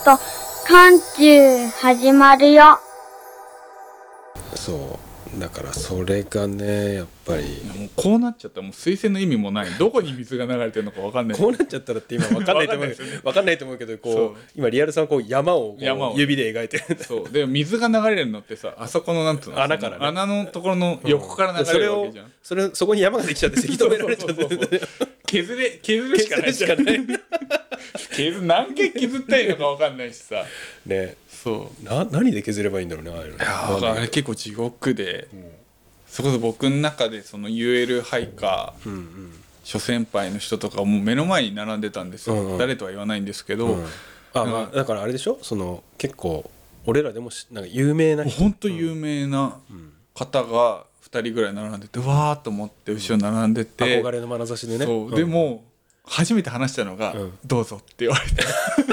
と寒中始まるよ。 そうだからそれがねやっぱりもうこうなっちゃったらもう水栓の意味もない。どこに水が流れてるのか分かんない。 こうなっちゃったらって今分かんないと思う分かんないと思うけどこう今リアルさんこう山を指で描いてるんだ。 そうで水が流れるのってさあそこのなんつうの穴からね穴のところの横から流れるわけじゃん。 そこに山ができちゃってせき止められちゃって削るしかないじゃん。何回削ったらいいのか分かんないしさね。 そう何で削ればいいんだろうねああいうの。 あれ結構地獄で、そこそ僕の中でその UL ハイカー、諸先輩の人とかもう目の前に並んでたんですよ、誰とは言わないんですけど、 だからあれでしょその結構俺らでもなんか有名な人本当有名な方が2人ぐらい並んでてわーっと思って後ろ並んでて、 憧れの眼差しでね。 そうでも初めて話したのが「どうぞ」って言われて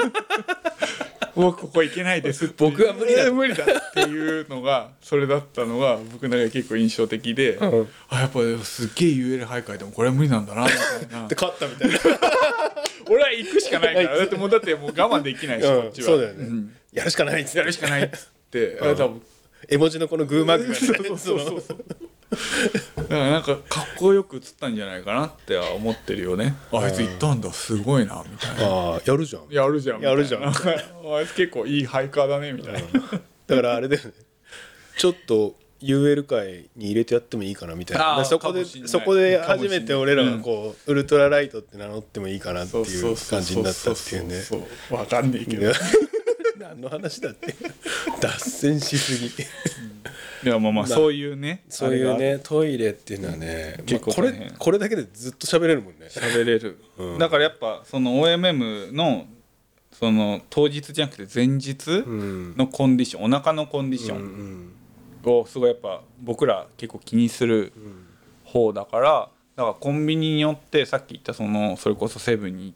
僕ここ行けないですって僕は無理だっていうのがそれだったのが僕の中で結構印象的で、やっぱすっげえ UL 徘徊でもこれは無理なんだなみたいなで勝ったみたいな俺は行くしかないからだってもう我慢できないしこっちはそうだよね、やるしかないっつってやるしかないっつってあれ多分絵文字のこのグーマークがねそうだからなんかかっこよく映ったんじゃないかなって思ってるよね。あいつ行ったんだすごいなみたいな。 やるじゃんやるじゃんやるじゃんあいつ結構いいハイカーだねみたいな。 だからあれだよねちょっと UL 界に入れてやってもいいかなみたいな。そこで初めて俺らがこうウルトラライトって名乗ってもいいかなっていう感じになったっていうね。 分かんないけど何の話だって脱線しすぎいやまあそういうねトイレっていうのはね、 結構これだけでずっと喋れるもんね。 喋れる、だからやっぱその OMM のその当日じゃなくて前日のコンディション、お腹のコンディションをすごいやっぱ僕ら結構気にする方だからコンビニによってさっき言ったそれこそセブンに行って、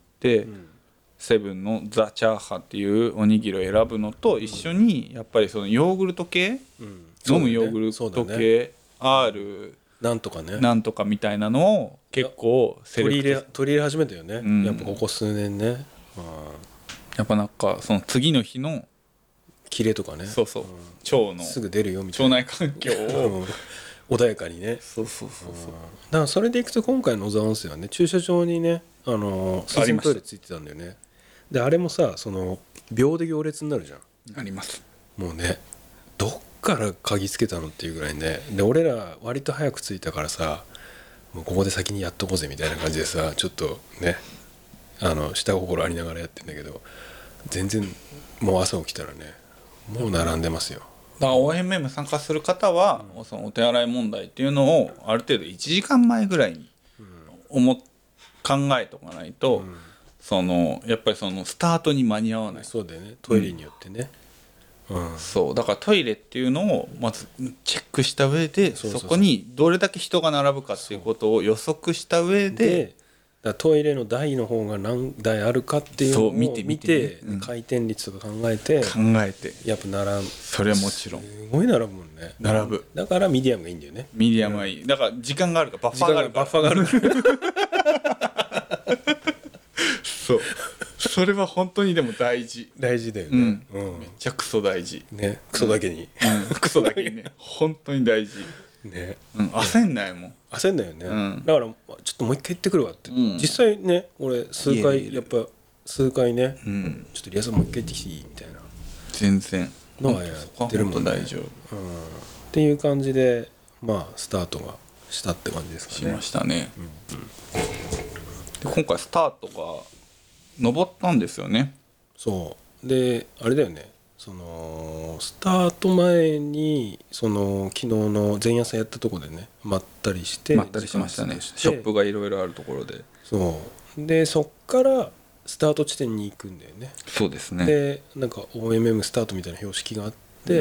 セブンのザ・チャーハンっていうおにぎりを選ぶのと一緒にやっぱりそのヨーグルト系、飲むヨーグルト系、R なんとかねなんとかみたいなのを結構取り入れ始めたよね、やっぱここ数年ね、 やっぱなんかその次の日のキレとかね、 腸のすぐ出るよみたいな腸内環境を穏やかにね。だからそれでいくと今回の野沢温泉はね駐車場にね水洗トイレついてたんだよね。であれもさ秒で行列になるじゃん。 あります。 もうねどっから鍵つけたのっていうぐらいね。で俺ら割と早く着いたからさもうここで先にやっとこうぜみたいな感じでさちょっとね下心ありながらやってんだけど全然もう朝起きたらねもう並んでますよ。 だから OMM 参加する方は、そのお手洗い問題っていうのをある程度1時間前ぐらいに考えとかないと、やっぱりそのスタートに間に合わない。 そうだよねトイレによってね、 そうだからトイレっていうのをまずチェックした上でそこにどれだけ人が並ぶかっていうことを予測した上でトイレの台の方が何台あるかっていうのを見て回転率とか考えてやっぱ並ぶ。 それはもちろんすごい並ぶもんね。 並ぶ。 だからミディアムがいいんだよね。 ミディアムがいい。だから時間があるからバッファーがあるそうそれは本当にでも大事だよね、 めっちゃクソ大事ね。クソだけに、 クソだけにね本当に大事ね。 焦んないもん。 焦んないよね、だからちょっともう一回行ってくるわって、実際ね俺数回ね、ちょっとリアさんもう一回行ってきていいみたいな全然のはやってるもんね。 大丈夫、 っていう感じでスタートがしたって感じですかね。 しましたね、で今回スタートが登ったんですよね。 そうであれだよねスタート前に昨日の前夜祭やったとこでねまったりしましたね。ショップがいろいろあるところででそっからスタート地点に行くんだよね。 そうですね。 でなんか OMM スタートみたいな標識があって、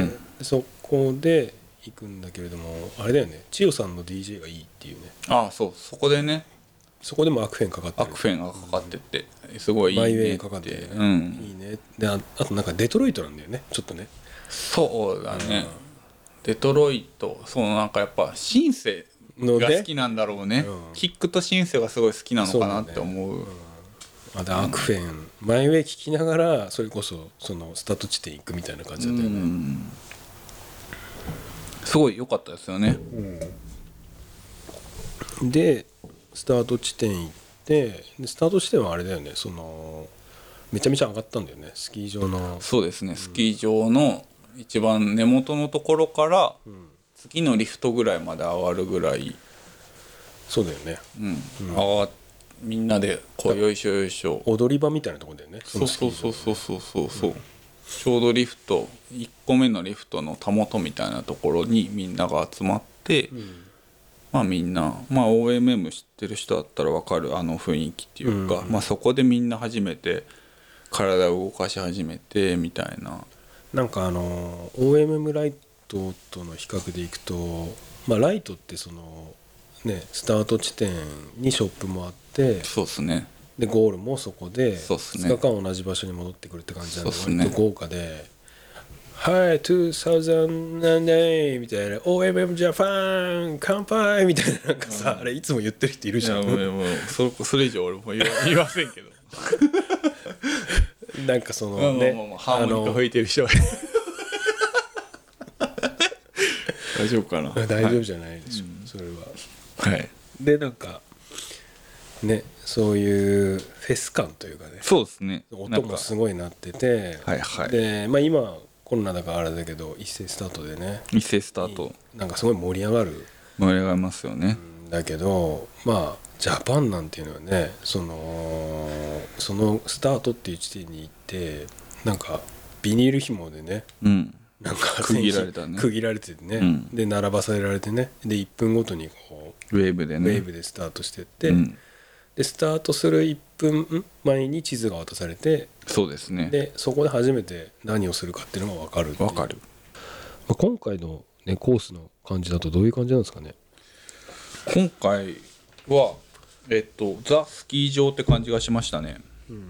そこで行くんだけれどもあれだよね千代さんの DJ がいいっていうね。 そこでねそこでもアクフェンかかってる。 アクフェンがかかってて、すごいいいねって。 マイウェイかかってる、いいね。であとなんかデトロイトなんだよねちょっとね。 そうだね、デトロイトなんかやっぱシンセが好きなんだろうね。キックとシンセがすごい好きなのかなって思う。 でアークフェンマイウェイ聞きながらそれこそそのスタート地点行くみたいな感じだったよね。 すごい良かったですよね。 でスタート地点行ってでスタート地点はあれだよね、そのめちゃめちゃ上がったんだよね、スキー場の。 そうですね、スキー場の一番根元のところから次のリフトぐらいまで上がるぐらい、 そうだよね、 上がみんなでこうよいしょよいしょ、 踊り場みたいなところだよね。 そうそうそうそうそうそうそう、ちょうどリフト1個目のリフトのたもとみたいなところにみんなが集まって、まあみんな、まあ、OMM 知ってる人だったら分かるあの雰囲気っていうか、まあ、そこでみんな初めて体を動かし始めてみたいな。 なんかOMM ライトとの比較でいくと、まあ、ライトってそのねスタート地点にショップもあって、 そうですね、 でゴールもそこでそうっすね 2日間同じ場所に戻ってくるって感じなんで、 そうっすね割と豪華で「はい2009みたいな「OMM ジャパン乾杯!」みたいな、なんかさ、あれいつも言ってる人いるじゃん。 もうそれ以上俺も言いませんけどなんかそのねハーモニカ吹いてる人大丈夫かな。 大丈夫じゃないでしょ、それは。 はい、 でなんかねそういうフェス感というかね、 そうですね、 音もすごい鳴ってて、 はいはい、 で、まあ、今コロナだからあれだけど一斉スタートでね一斉スタートなんかすごい盛り上がる盛り上がりますよね。 んだけど、まあジャパンなんていうのはねそのスタートっていう地点に行ってなんかビニール紐でねなんか区切られたね、 区切られててね、で並ばされられてね、で1分ごとにこうウェーブでねウェーブでスタートしてって、でスタートする1分前に地図が渡されて、 そうですね、 でそこで初めて何をするかっていうのが分かるっていう。 分かる。 まあ、今回の、ね、コースの感じだとどういう感じなんですかね。 今回はザ・スキー場って感じがしましたね。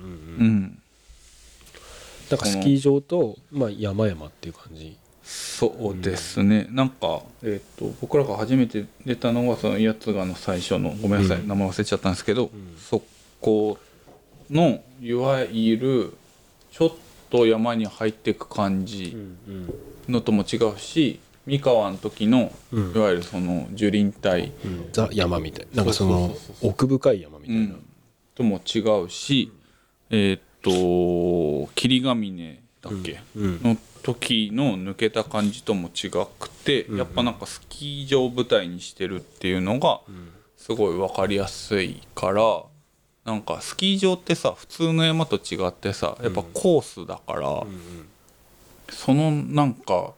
なんかスキー場と、まあ、山々っていう感じ。 そうですね、なんか、僕らが初めて出たのはその八ヶの最初のごめんなさい、名前忘れちゃったんですけど、そこのいわゆるちょっと山に入っていく感じのとも違うし、三河の時のいわゆるその樹林帯、 ザ山みたいな、なんかその奥深い山みたいな、 とも違うし、霧ヶ峰だっけ、の時の抜けた感じとも違くて、やっぱなんかスキー場を舞台にしてるっていうのがすごい分かりやすいから、なんかスキー場ってさ普通の山と違ってさやっぱコースだから、そのなんか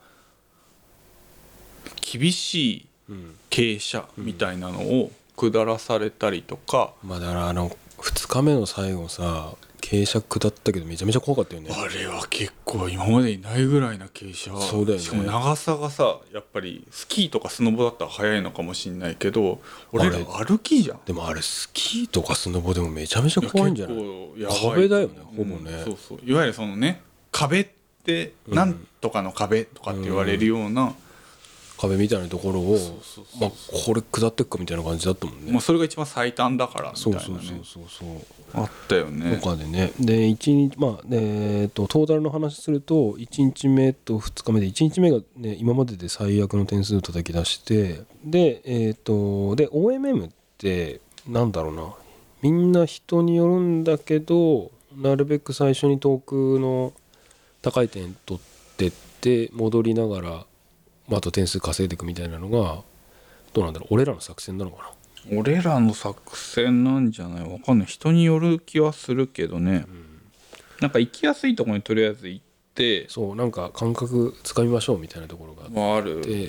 厳しい傾斜みたいなのを下らされたりとか、 まあだから2日目の最後さ傾斜下ったけどめちゃめちゃ怖かったよね。 あれは結構今までにないぐらいな傾斜。 そうだよね。 しかも長さがさやっぱりスキーとかスノボだったら速いのかもしんないけど、俺ら歩きじゃん。 でもあれスキーとかスノボでもめちゃめちゃ怖いんじゃない？ 結構やばい壁だよねほぼね、 そうそう、いわゆるそのね壁ってなんとかの壁とかって言われるような、 壁みたいなところをまあこれ下ってくかみたいな感じだったもんね。 まあ、それが一番最短だからみたいなね。 そうあったよね。 とかでね。で1日まあトータルの話すると1日目と2日目で1日目がね今までで最悪の点数を叩き出して、でOMM ってなんだろうな、みんな人によるんだけどなるべく最初に遠くの高い点取ってって戻りながら、あと点数稼いでいくみたいなのがどうなんだろう、俺らの作戦なのかな。 俺らの作戦なんじゃない、わかんない、人による気はするけどね、なんか行きやすいところにとりあえず行って、 そうなんか感覚つかみましょうみたいなところがあって、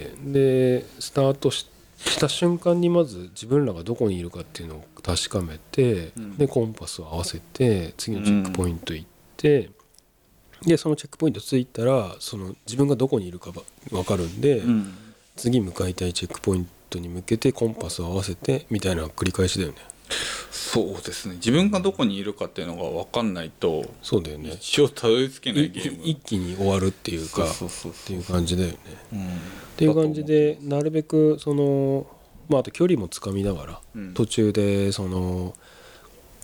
でスタートした瞬間にまず自分らがどこにいるかっていうのを確かめて、でコンパスを合わせて次のチェックポイント行って、でそのチェックポイント着いたらその自分がどこにいるか分かるんで、次向かいたいチェックポイントに向けてコンパスを合わせてみたいな繰り返しだよね。 そうですね、自分がどこにいるかっていうのが分かんないと、 そうだよね、 一応たどり着けないゲーム、 一気に終わるっていうかっていう感じだよね、っていう感じでなるべくそのあと距離もつかみながら、途中でその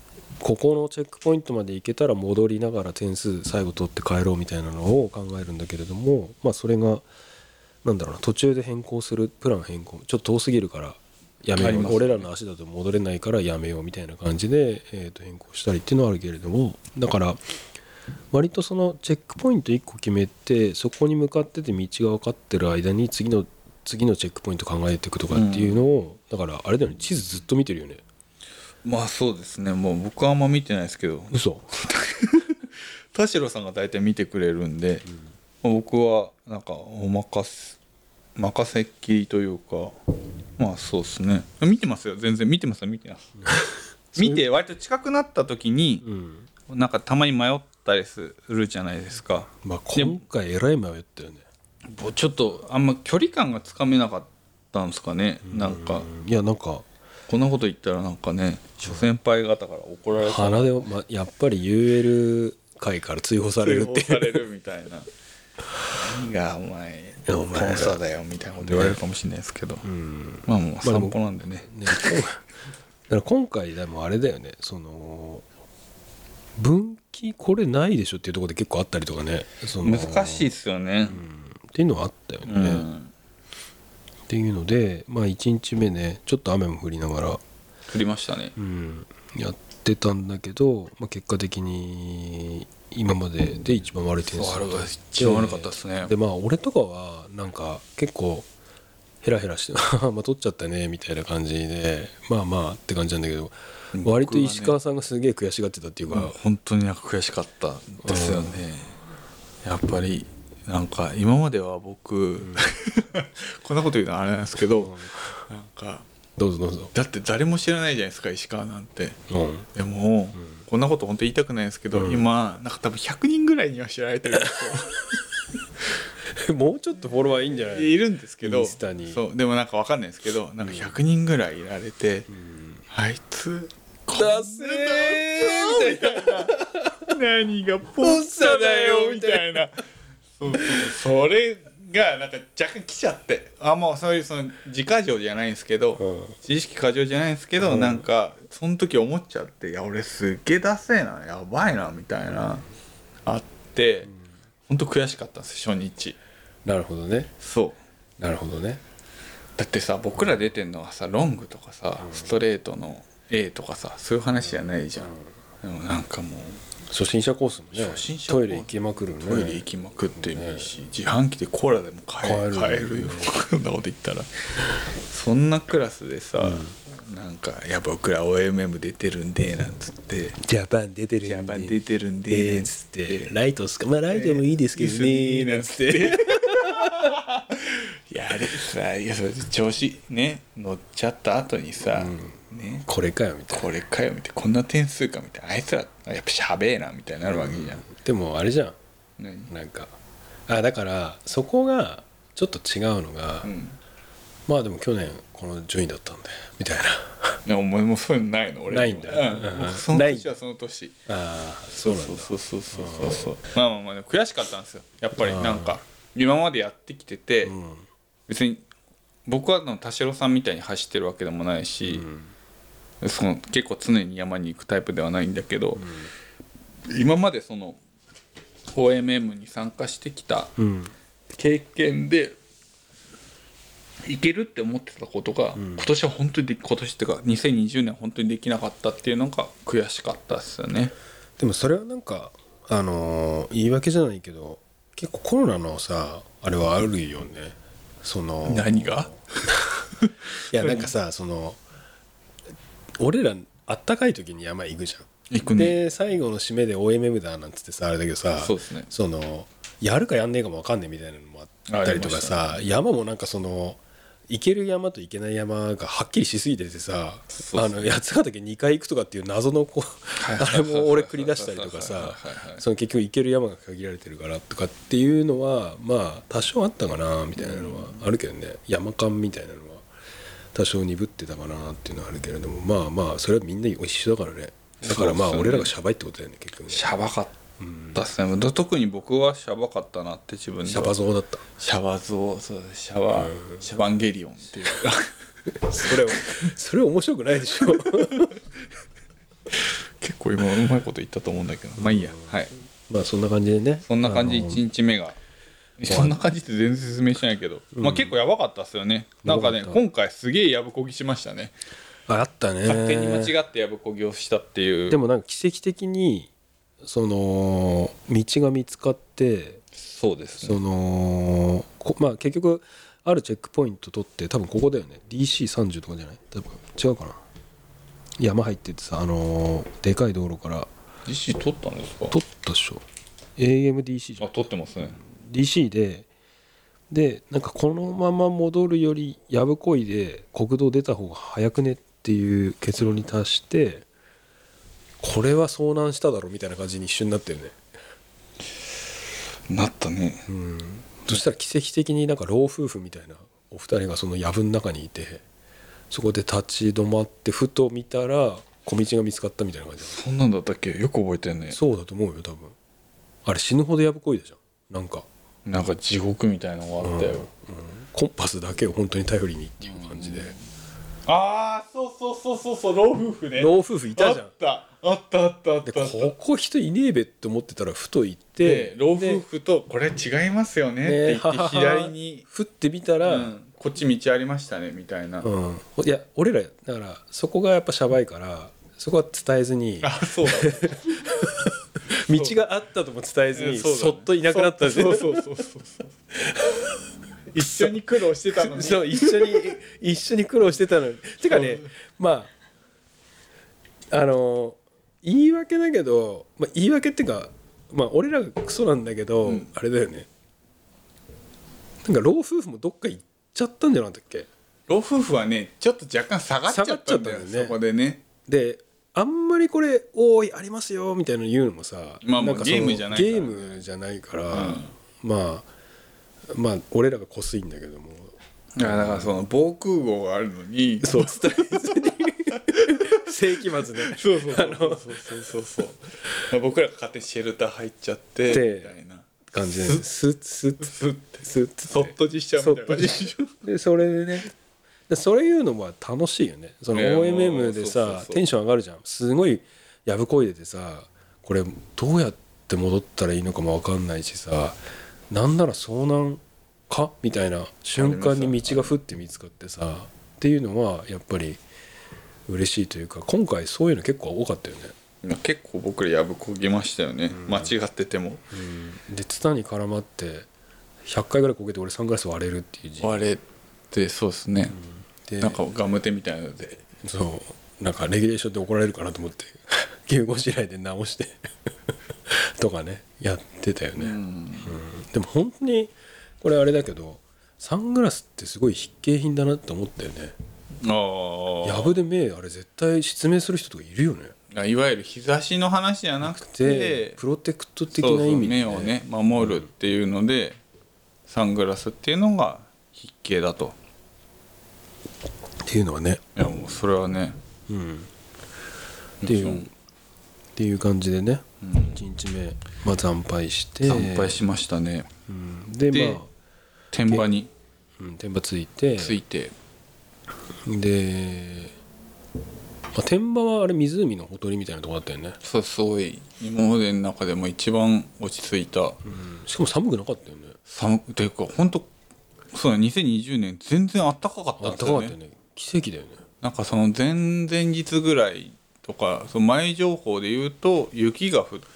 ここのチェックポイントまで行けたら戻りながら点数最後取って帰ろうみたいなのを考えるんだけれども、まあそれがなんだろうな、途中で変更する、プラン変更、ちょっと遠すぎるからやめよう、俺らの足だと戻れないからやめようみたいな感じで、変更したりっていうのはあるけれども、だから割とそのチェックポイント1個決めてそこに向かってて道が分かってる間に次のチェックポイント考えていくとかっていうのを、だからあれだよね、地図ずっと見てるよね。 まあそうですね。もう僕はあんま見てないですけど、 嘘田代さんが大体見てくれるんで、まあ僕はなんか任せっきりというか、まあそうですね。見てますよ、全然見てます。見て割と近くなった時に、なんかたまに迷ったりするじゃないですか。 まあ今回えらい迷ったよね。 ちょっとあんま距離感がつかめなかったんですかね。なんかいやなんかこんなこと言ったらなんかね、諸先輩方から怒られそう。 鼻で、やっぱり UL 会から追放されるっていう。 追放されるみたいな。何がお前コンサーだよみたいなこと言われるかもしれないですけど、まあもう散歩なんでね。 だから今回でもあれだよね、その分岐これないでしょっていうところで結構あったりとかね、 難しいですよね、 っていうのはあったよね、っていうので、まあ1日目ねちょっと雨も降りながら降りましたね、 やってたんだけど、まあ、結果的に今までで一番悪い点数そう、あれが一番悪かったですね。 でまあ俺とかはなんか結構ヘラヘラしてまあ取っちゃったねみたいな感じでまあまあって感じなんだけど、割と石川さんがすげえ悔しがってたっていうか、 本当になんか悔しかったですよね、やっぱりなんか今までは僕、こんなこと言うのはあれなんですけど、なんかどうぞどうぞ、 だって誰も知らないじゃないですか石川なんて、でも、こんなこと本当言いたくないんですけど、今なんか多分100人ぐらいには知られてるんですよもうちょっとフォロワーいいんじゃない？ いるんですけど、 インスタに。 そうでもなんか分かんないですけど、なんか100人ぐらいいられて、あいつダセーみたいな何がポッサだよみたいな、それがなんか若干来ちゃって、もうそういうその自過剰じゃないんですけど、知識過剰じゃないんですけど、なんかその時思っちゃって、いや俺すっげえダセえな、やばいなみたいなあって、本当悔しかったんですよ初日。 なるほどね。 そうなるほどね。 だってさ、僕ら出てんのはさロングとかさ、ストレートの A とかさ、そういう話じゃないじゃん、でもなんかもう初心者コースもね、トイレ行きまくるね、 トイレ行きまくってるし、自販機でコーラでも買えるよこんなこと言ったらそんなクラスでさ、なんか「いや僕ら OMM 出てるんで」なんつって 「ジャパン出てるんで」 ジャパン出てるんでなんつって「ライトっすか？まあライトもいいですけどね」なんつっていやあれさ、いやそれで調子ね乗っちゃった後にさ、ね、 これかよみたいな、 これかよみたいな、こんな点数かみたいな、あいつらやっぱしゃべえなみたいになるわけじゃん、 でもあれじゃん、なんかだからそこがちょっと違うのが、まあでも去年この順位だったんでみたいな。 いやお前もそういうのないの？俺ないんだ、 その年はその年。 そうなんだ。 そうまあ悔しかったんですよやっぱり。なんか今までやってきてて、別に僕は田代さんみたいに走ってるわけでもないし、その結構常に山に行くタイプではないんだけど、今までその OMM に参加してきた経験でいけるって思ってたことが、今年は本当に今年っていうか2020年本当にできなかったっていうのが悔しかったですよね。 でもそれはなんか言い訳じゃないけど結構コロナのさあれはあるよね。その何がいやなんかさ、その俺らあったかい時に山行くじゃん。 行くね。 で最後の締めで OMM だなんつってさあれだけどさ、 そうですね、 そのやるかやんねえかも分かんねえみたいなのもあったりとかさ、山もなんかその行ける山と行けない山がはっきりしすぎててさ、八ヶ岳2回行くとかっていう謎のあれも俺繰り出したりとかさ、その結局行ける山が限られてるからとかっていうのはまあ多少あったかなみたいなのはあるけどね、山間みたいなのは多少鈍ってたかなっていうのはあるけれども、まあまあそれはみんな一緒だからね。だからまあ俺らがシャバいってことだよね結局ね。 シャバかったっすね。特に僕はシャバかったなって自分で。 シャバ像だった。 シャバ像、そうシャバンゲリオンっていうかそれ面白くないでしょ結構今うまいこと言ったと思うんだけど、まあいいや。はい。 まあそんな感じでね、 そんな感じ1日目が。そんな感じって全然説明しないけど、まあ結構やばかったっすよね。なんかね、 やばかった今回すげえやぶこぎしましたね。 あったね。 勝手に間違ってやぶこぎをしたっていう。 でもなんか奇跡的にその道が見つかって、 そうですね。 まあ結局あるチェックポイント取って、多分ここだよね。 DC30 とかじゃない？多分違うかな。山入ってってさ、でかい道路から DC 取ったんですか？ 取ったっしょ。 AMDC じゃん。 取ってますね。 DC でなんかこのまま戻るよりやぶこいで国道出た方が早くねっていう結論に達して、これは遭難しただろみたいな感じに一瞬になったよね。 なったね。 そしたら奇跡的になんか老夫婦みたいなお二人がその藪の中にいて、そこで立ち止まってふと見たら小道が見つかったみたいな感じだ。 そんなんだったっけ？よく覚えてるね。 そうだと思うよ多分。あれ死ぬほどやぶこいだじゃん。 なんか地獄みたいなのがあったよ。 コンパスだけを本当に頼りにっていう感じで。 ああ、そう老夫婦ね。 老夫婦いたじゃん。 あったでここ人いねえべって思ってたらふと行って老夫婦とこれ違いますよねって言って左に振ってみたら、 こっち道ありましたねみたいな。 いや俺らだからそこがやっぱシャバいからそこは伝えずに、 そうだ道があったとも伝えずにそっといなくなったんで、 そう一緒に苦労してたのに。 そう一緒に苦労してたのに。てかね、まあ言い訳だけど、言い訳っていうか、俺らがクソなんだけど、あれだよね。なんか老夫婦もどっか行っちゃったんじゃなかったっけ？ 老夫婦はねちょっと若干下がっちゃったんだよね。そこでね。 であんまりこれ「おーいありますよ」みたいなの言うのもさ、 なんかゲームじゃないから、まあ俺らがこすいんだけども、 だからその防空壕があるのにそう伝えずに世紀末ね。 そう僕らが勝手にシェルター入っちゃってみたいな感じでスッそっとじしちゃうみたいな感じで、それでね、そういうのは楽しいよね。その OMM でさテンション上がるじゃん。すごいやぶこいでてさ、これどうやって戻ったらいいのかも分かんないしさ、なんなら遭難かみたいな瞬間に道がふって見つかってさっていうのはやっぱり嬉しいというか、今回そういうの結構多かったよね。 結構僕らやぶこぎましたよね、間違ってても。 でツタに絡まって100回ぐらいこけて俺サングラス割れるっていう割れて、そうですね、でなんかガムテみたいなので、 そうなんかレギュレーションで怒られるかなと思って急ごしらいで直してとかねやってたよね。でも本当にこれあれだけどサングラスってすごい必携品だなって思ったよね。やぶで目あれ絶対失明する人とかいるよね。 いわゆる日差しの話じゃなくてプロテクト的な意味で、 目をね守るっていうので、サングラスっていうのが必携だとっていうのはね、 いやもうそれはね、 っていう感じでね、1日目、惨敗して惨敗しましたね。 で天場に天場ついてで、天場はあれ湖のほとりみたいなとこだったよね。 そう、すごい今までの中でも一番落ち着いた、 しかも寒くなかったよね。 寒くていうか本当そうだ、2020年全然あったかかったんですよね。 あったかかったよね。奇跡だよね。 なんかその前々日ぐらいとか、その前情報で言うと雪が降って、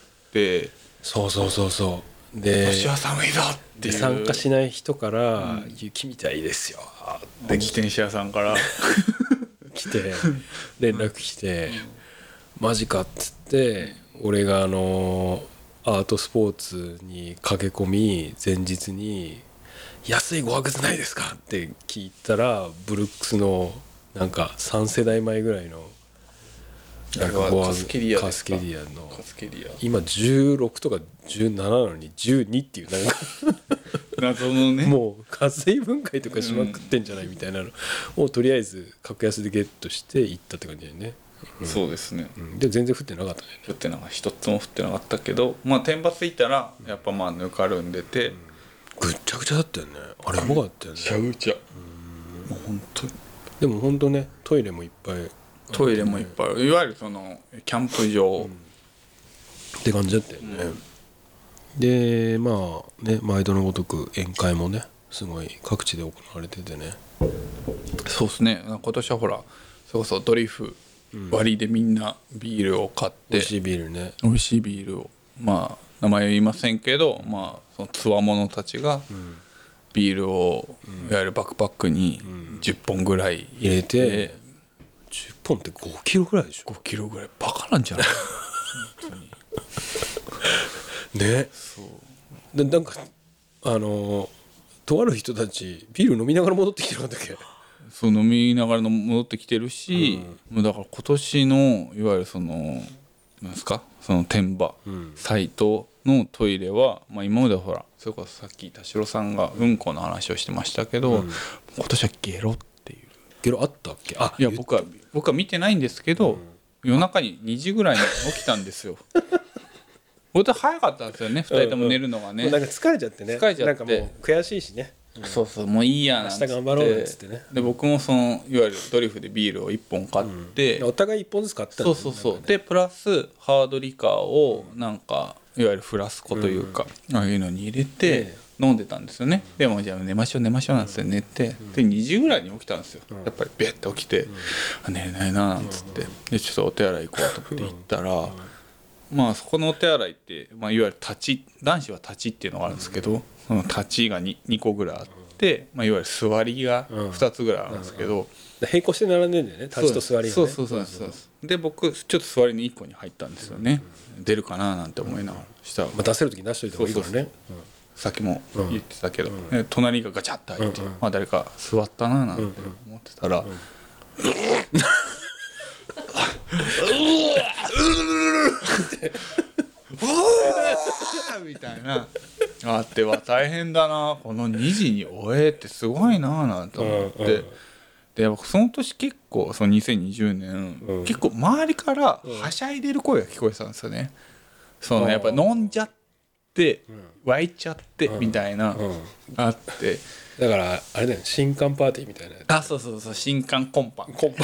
そうで今年は寒いぞっていう、 参加しない人から「雪みたいですよ」 で自転車屋さんから来て連絡来て「マジか」っつって俺がアートスポーツに駆け込み前日に「安いご伯靴ないですか?」って聞いたらブルックスのなんか3世代前ぐらいのなんかカスケリアの今16とか17なのに12っていうなんか謎のね、 もう加水分解とかしまくってんじゃないみたいなのをとりあえず格安でゲットして行ったって感じだよね。 そうですね。 で全然降ってなかったね。 降ってなかった、一つも降ってなかったけど、天場ついたらやっぱぬかるんでて、 ぐっちゃぐちゃだったよね。あれやばかったよね。 ぐちゃぐちゃ、もう本当に。 でも本当ねトイレもいっぱいトイレもいっぱいある、いわゆるそのキャンプ場、 って感じだったよね、でまあね毎度のごとく宴会もねすごい各地で行われててね。 そうですね、今年はほらそれこそドリフ割でみんなビールを買って、 美味しいビールね、 美味しいビールを、まあ名前は言いませんけど、まあそのつわものたちがビールをいわゆるバックパックに10本ぐらい入れて、 10本って5キロぐらいでしょ。 5キロぐらいバカなんじゃないね。でなんかとある人たちビール飲みながら戻ってきてなかったっけ。 そう飲みながら戻ってきてるし、もうだから今年のいわゆるそのなんですか、その天場、サイトのトイレは、まあ、今まではほらそれこそさっき田代さんがうんこの話をしてましたけど、今年はゲロっていう。 ゲロあったっけ。あ、 いや僕は見てないんですけど、夜中に2時ぐらいに起きたんですよ本当早かったんですよね、2人とも寝るのがね、 なんか疲れちゃってね、 疲れちゃってなんかもう悔しいしね、 そうそうもういいやなんつって明日頑張ろうなんつってね。 で僕もそのいわゆるドリフでビールを1本買って、 お互い1本ずつ買ってたんだよね。 そうでプラスハードリカーをなんかいわゆるフラスコというか、ああいうのに入れて飲んでたんですよね。でもじゃあ寝ましょうなんつって寝て、で2時ぐらいに起きたんですよ、やっぱりベッて起きて、寝れないななんつって、でちょっとお手洗い行こうと思って行ったら、まあそこのお手洗いって、まあ、いわゆる立ち、男子は立ちっていうのがあるんですけど、その立ちが 2個ぐらいあって、まあ、いわゆる座りが2つぐらいあるんですけど、 並行して並んでんだよね、立ちと座りがね。 そうで僕ちょっと座りの1個に入ったんですよね、出るかななんて思いながらしたら、 まあ、出せる時に出しといた方がいいからね。 さっきも言ってたけど、隣がガチャッと開いて、まあ、誰か座ったななんて思ってたら、みたいなあっては大変だなこの2時に終えってすごいななんて思って、でその年結構その2020年、結構周りからはしゃいでる声が聞こえてたんですよね。そのやっぱ飲んじゃって湧いちゃってみたいなあって、 だからあれだよね、新刊パーティーみたいなやつ。 あそう新刊コンパ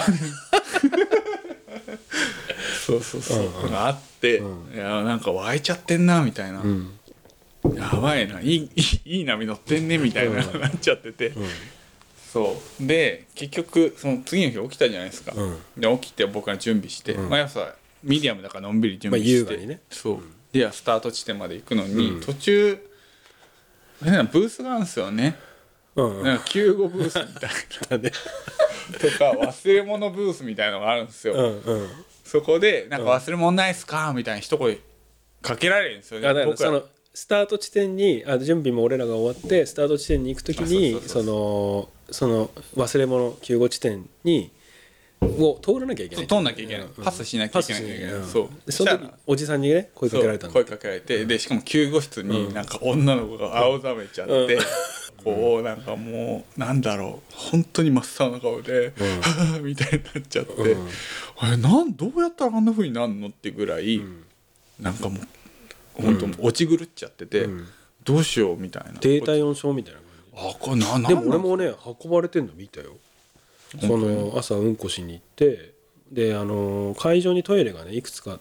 そうがあって、いやなんか湧いちゃってんなみたいな、やばいないい波乗ってんねみたいななっちゃってて、そうで結局その次の日起きたじゃないですか、で起きて僕が準備して、まあ朝ミディアムだからのんびり準備して、 優雅にね、 そうでスタート地点まで行くのに、途中ブースがあるんですよね、なんか救護ブースみたいなとか忘れ物ブースみたいなのがあるんですよ、そこでなんか忘れ物ないっすかみたいな一声かけられるんですよね。 僕らそのスタート地点に準備も俺らが終わってスタート地点に行くときにその忘れ物救護地点にを通らなきゃいけない、 通んなきゃいけない、パスしなきゃいけない、 そうその時おじさんにね声かけられたんだ。 声かけられて、でしかも救護室になんか女の子が青ざめちゃって、こうなんかもうなんだろう本当に真っ青な顔ではぁみたいになっちゃって、あれどうやったらあんな風になるのってぐらいなんかもう本当落ち狂っちゃってて、どうしようみたいな、 低体温症みたいな感じ。 これなんでも俺もね運ばれてんの見たよ。その朝うんこしに行ってで会場にトイレがねいくつかあって、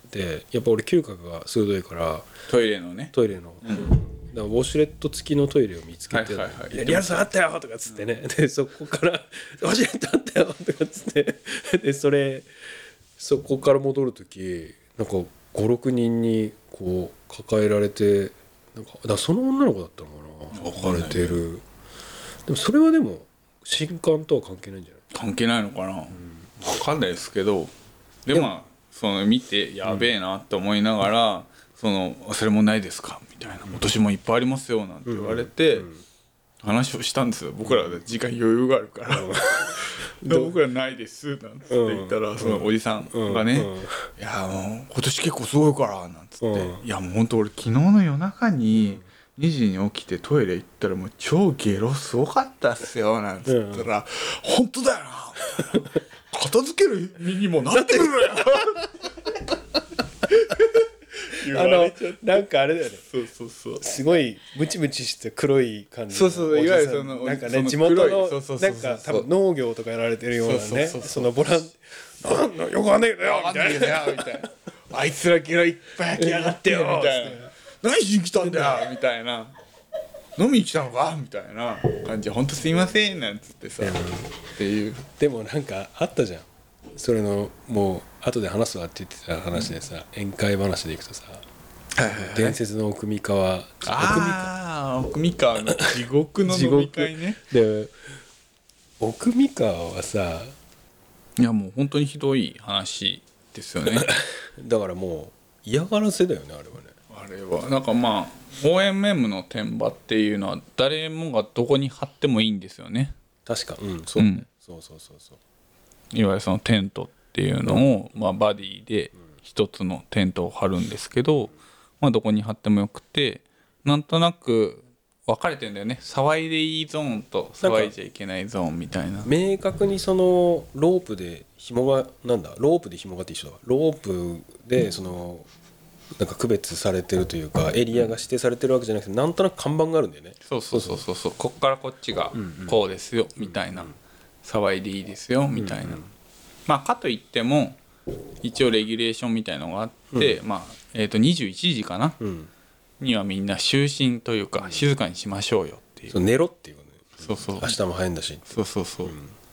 やっぱ俺嗅覚が鋭いからトイレのねだからウォシュレット付きのトイレを見つけて「リアルさんあったよ!」とかっつってね、でそこから「ウォシュレットあったよ!」とかっつってでそこから戻る時なんか5,6人にこう抱えられて、なんかだからその女の子だったのかな、抱かれてる。でもそれはでも新刊とは関係ないんじゃない？ 関係ないのかな、分かんないですけど、でもその見てやべえなって思いながら、その忘れ物ないですかみたいな、今年もいっぱいありますよなんて言われて話をしたんですよ。僕ら時間余裕があるからで僕らないですなんつって言ったら、そのおじさんがね、いやもう今年結構すごいからなんつって、いやもう本当俺昨日の夜中に2時に起きてトイレ行ったらもう超ゲロすごかったっすよなんつったら、本当だよな片付ける身にもなってくるよなんかあれだよね、 そうすごいムチムチして黒い感じ、 そういわゆるそのなんかね地元のなんか多分農業とかやられてるようなね、そのボランなんのよくわかんないけどよわかんないみたいなよみたいなあいつらゲロいっぱい焼きやがってよみたいな何しに来たんだよみたいな飲みに来たのかみたいな感じで本当すいませんなんつってさっていうでもなんかあったじゃんそれのもう後で話すわって言ってた話でさ、宴会話でいくとさ伝説の奥三河奥三河の地獄の飲み会ねで奥三河はさいやもう本当にひどい話ですよねだからもう嫌がらせだよねあれはねあれはなんかまあ OMM の天場っていうのは誰もがどこに貼ってもいいんですよね確かそうね、そういわゆるそのテントっていうのを、まあ、バディで一つのテントを張るんですけど、まあ、どこに貼ってもよくてなんとなく分かれてんだよね騒いでいいゾーンと騒いじゃいけないゾーンみたいな明確にそのロープで紐がロープで紐がって一緒だわロープでそのなんか区別されてるというかエリアが指定されてるわけじゃなくてなんとなく看板があるんだよねそうこっからこっちがこうですよみたいな騒いでいいですよみたいなまあかといっても一応レギュレーションみたいのがあってまあ21時かなにはみんな就寝というか静かにしましょうよっていうそう寝ろっていうねそう明日も早いんだしそう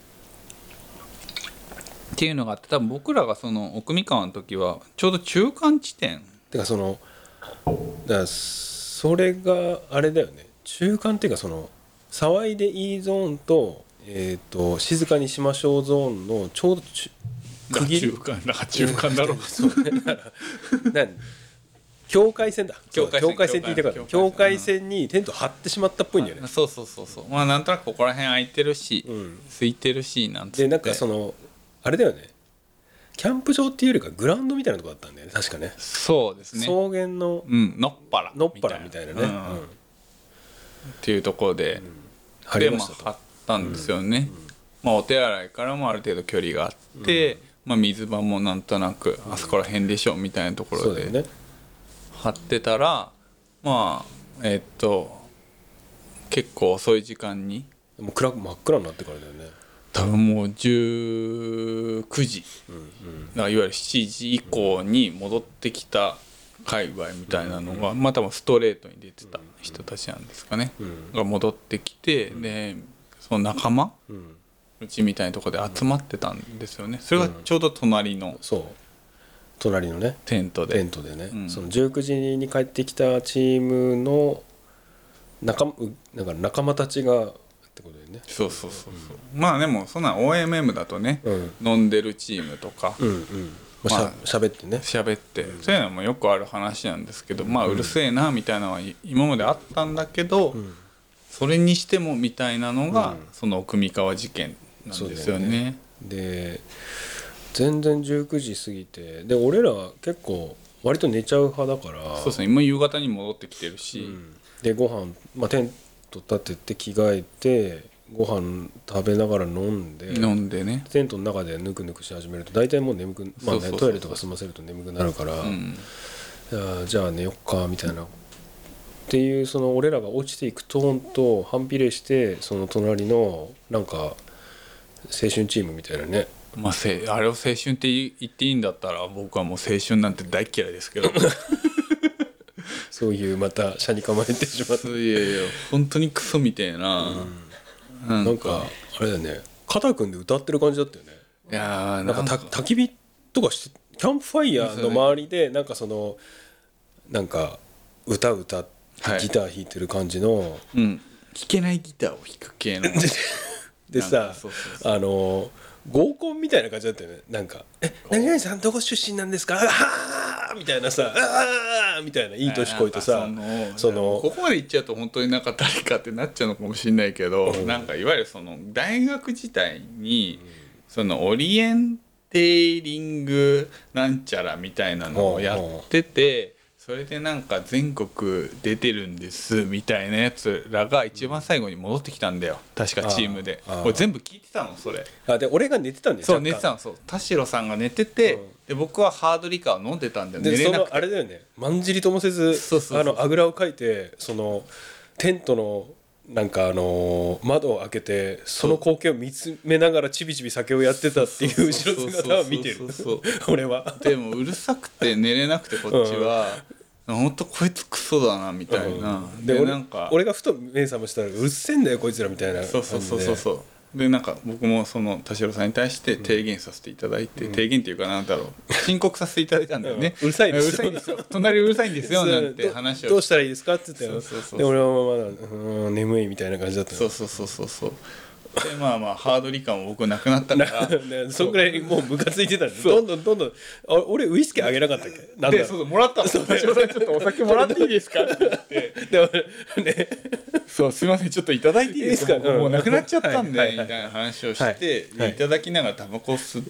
っていうのがあって多分僕らがその奥三河の時はちょうど中間地点てかだからそれがあれだよね中間っていうかその騒いでいいゾーンと静かにしましょうゾーンのちょうど区切り中間だろそうねだから境界線だ境界線って言ってから境界線にテント張ってしまったっぽいんだよねそうまあなんとなくここら辺空いてるし、空いてるしなんつってでなんかそのあれだよねキャンプ場っていうよりかグラウンドみたいなとこだったんだよね確かねそうですね草原ののっぱらみたいなね、 っていうところで、 張りましたと張ったんですよね、まあお手洗いからもある程度距離があって、まあ水場もなんとなくあそこら辺でしょみたいなところで張ってたらまあ結構遅い時間にもう真っ暗になってからだよね多分もう19時、だからいわゆる7時以降に戻ってきた界隈みたいなのが、まあ多分ストレートに出てた人たちなんですかね、が戻ってきてでその仲間、うちみたいなところで集まってたんですよねそれがちょうど隣の隣のねテントでね、その19時に帰ってきたチームの仲間たちがってことでねそうまあでもそんな OMM だとね、飲んでるチームとか喋ってね喋ってそういうのもよくある話なんですけどまあうるせえなみたいなのは今まであったんだけど、それにしてもみたいなのが、その奥三河事件なんですよね。 で全然19時過ぎてで俺ら結構割と寝ちゃう派だからそうですね今夕方に戻ってきてるし、 でご飯、テント立てて着替えてご飯食べながら飲んでねテントの中でぬくぬくし始めると大体もう眠くトイレとか済ませると眠くなるから、じゃあ寝よっかみたいなっていうその俺らが落ちていくトーンと反比例してその隣のなんか青春チームみたいなねまあ、あれを青春って言っていいんだったら僕はもう青春なんて大嫌いですけどそういうまた車に構えてしまったいや本当にクソみたいな、 なんかあれだよね肩組んで歌ってる感じだったよねいやなんか焚き火とかしてキャンプファイヤーの周りでなんかそのなんか歌ってギター弾いてる感じの、 弾けないギターを弾く系のでさ合コンみたいな感じだったよねなんか何々さんどこ出身なんですかあーみたいなさあーみたいないい年こいてさここまで行っちゃうと本当になんか誰かってなっちゃうのかもしれないけど、なんかいわゆるその大学自体にそのオリエンテーリングなんちゃらみたいなのをやっててそれでなんか全国出てるんですみたいなやつらが一番最後に戻ってきたんだよ確かチームで俺全部聞いてたのそれで俺が寝てたんだよそう寝てたのそう田代さんが寝てて、で僕はハードリカーを飲んでたんだよで寝れなくてあれだよねまんじりともせずあぐらをかいてそのテントのなんか窓を開けてその光景を見つめながらちびちび酒をやってたっていう後ろ姿は見てる俺は。 でもうるさくて寝れなくてこっちは、ほんとこいつクソだなみたいな、 でなんか俺がふと目覚ましたらうるせえんだよこいつらみたいな感じで。 そうでなんか僕もその田代さんに対して提言させていただいて、提言っていうかなんだろう申告させていただいたんだよね、 うるさいですよ隣うるさいんですよなんて話をどうしたらいいですかって言ったよ。 そうで俺はまだ眠いみたいな感じだったそうでまあハードリカも僕なくなったからそんぐらいもうムカついてたんでどんどん俺ウイスキーあげなかったっけなんだでもらったの田代さんちょっとお酒もらっていいですかって言ってねそうすいませんちょっといただいていいですか、もうなくなっちゃったんで、 はいみたいな話をして、 はいいただきながらタバコ吸って、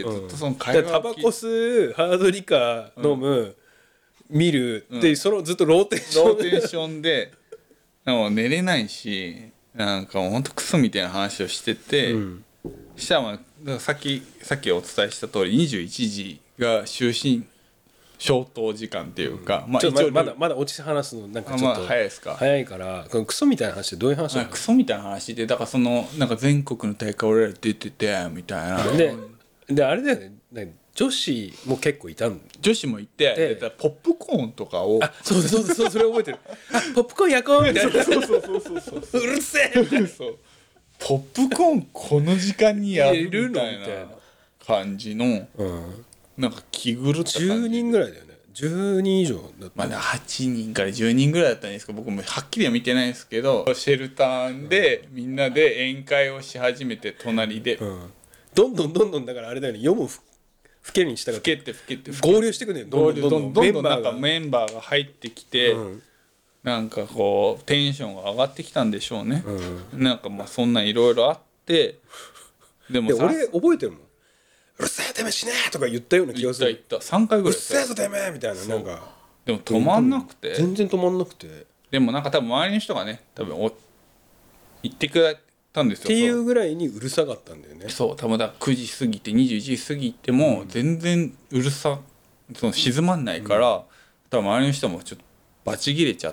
ずっとその会話タバコ吸うハードリカ飲む、見るってそのずっとローテーションでもう寝れないしなんかもうほんとクソみたいな話をしてて、したらだからさっきお伝えした通り21時が就寝消灯時間っていうか、 ちょっとまだ落ち話すのなんかちょっと早いですか。 早いからこのクソみたいな話ってどういう話なの？ クソみたいな話でだからそのなんか全国の大会俺ら出ててみたいなであれだよね女子も結構いたん女子もいてでポップコーンとかをそうそれ覚えてるポップコーン焼こうみたいなそううるせえみたいなポップコーンこの時間にやるみたいなみたいな感じのなんか気狂った感じ 10人ぐらいだよね10人以上だったまだ8人から10人ぐらいだったんですけど僕もはっきりは見てないですけどシェルターでみんなで宴会をし始めて隣でどんどんだからあれだよね読むふけにしたがってふけて合流してくねどんどんなんかメンバーが入ってきて、なんかこうテンションが上がってきたんでしょうね、なんかまあそんないろいろあってでも俺覚えてるもんうるせえてめえしねえとか言ったような気がする言った3回ぐらいうるせえぞてめえみたいななんかでも止まんなくて全然止まんなくてでもなんか多分周りの人がね多分言ってくれたんですよっていうぐらいにうるさかったんだよねそう多分だ9時過ぎて21時過ぎても全然うるさその静まんないから、多分周りの人もちょっとバチ切れちゃって、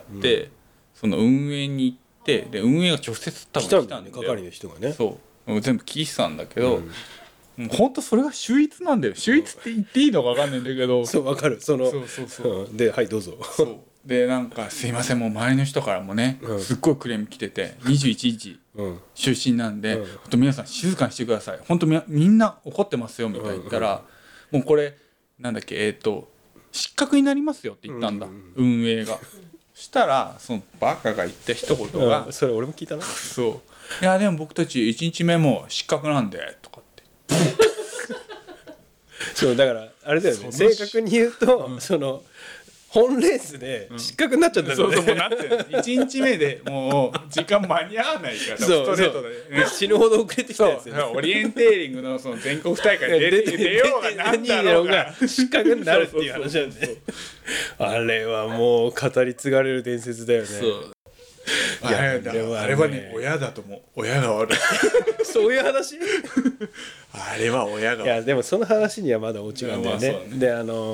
その運営に行ってで運営が直接多分来たんで係の人がねそう全部聞いてたんだけど、もうほんとそれが秀逸なんだよ秀逸って言っていいのか分かんないんだけどそう分かるそうではいどうぞそうでなんかすいませんもう周りの人からもね、すっごいクレーム来てて21時就寝なんで、ほんと皆さん静かにしてくださいほんとみんな怒ってますよみたいな言ったら、もうこれなんだっけ失格になりますよって言ったんだ、運営がしたらそのバカが言った一言が、 それ俺も聞いたなそういやでも僕たち1日目も失格なんでとかってそうだからあれだよね正確に言うと、その本レースで失格になっちゃったんだよね、 そうもうなってる1日目でもう時間間に合わないからストレートで、ね、 死ぬほど遅れてきたやつ、ね、 オリエンテーリングのその全国大会に出ようがなんだろうが失格になるっていう話なんであれはもう語り継がれる伝説だよね。 いやあれはね親だと思う親が悪いそういう話あれは親が悪いいやでもその話にはまだ落ちがあるんだよね、で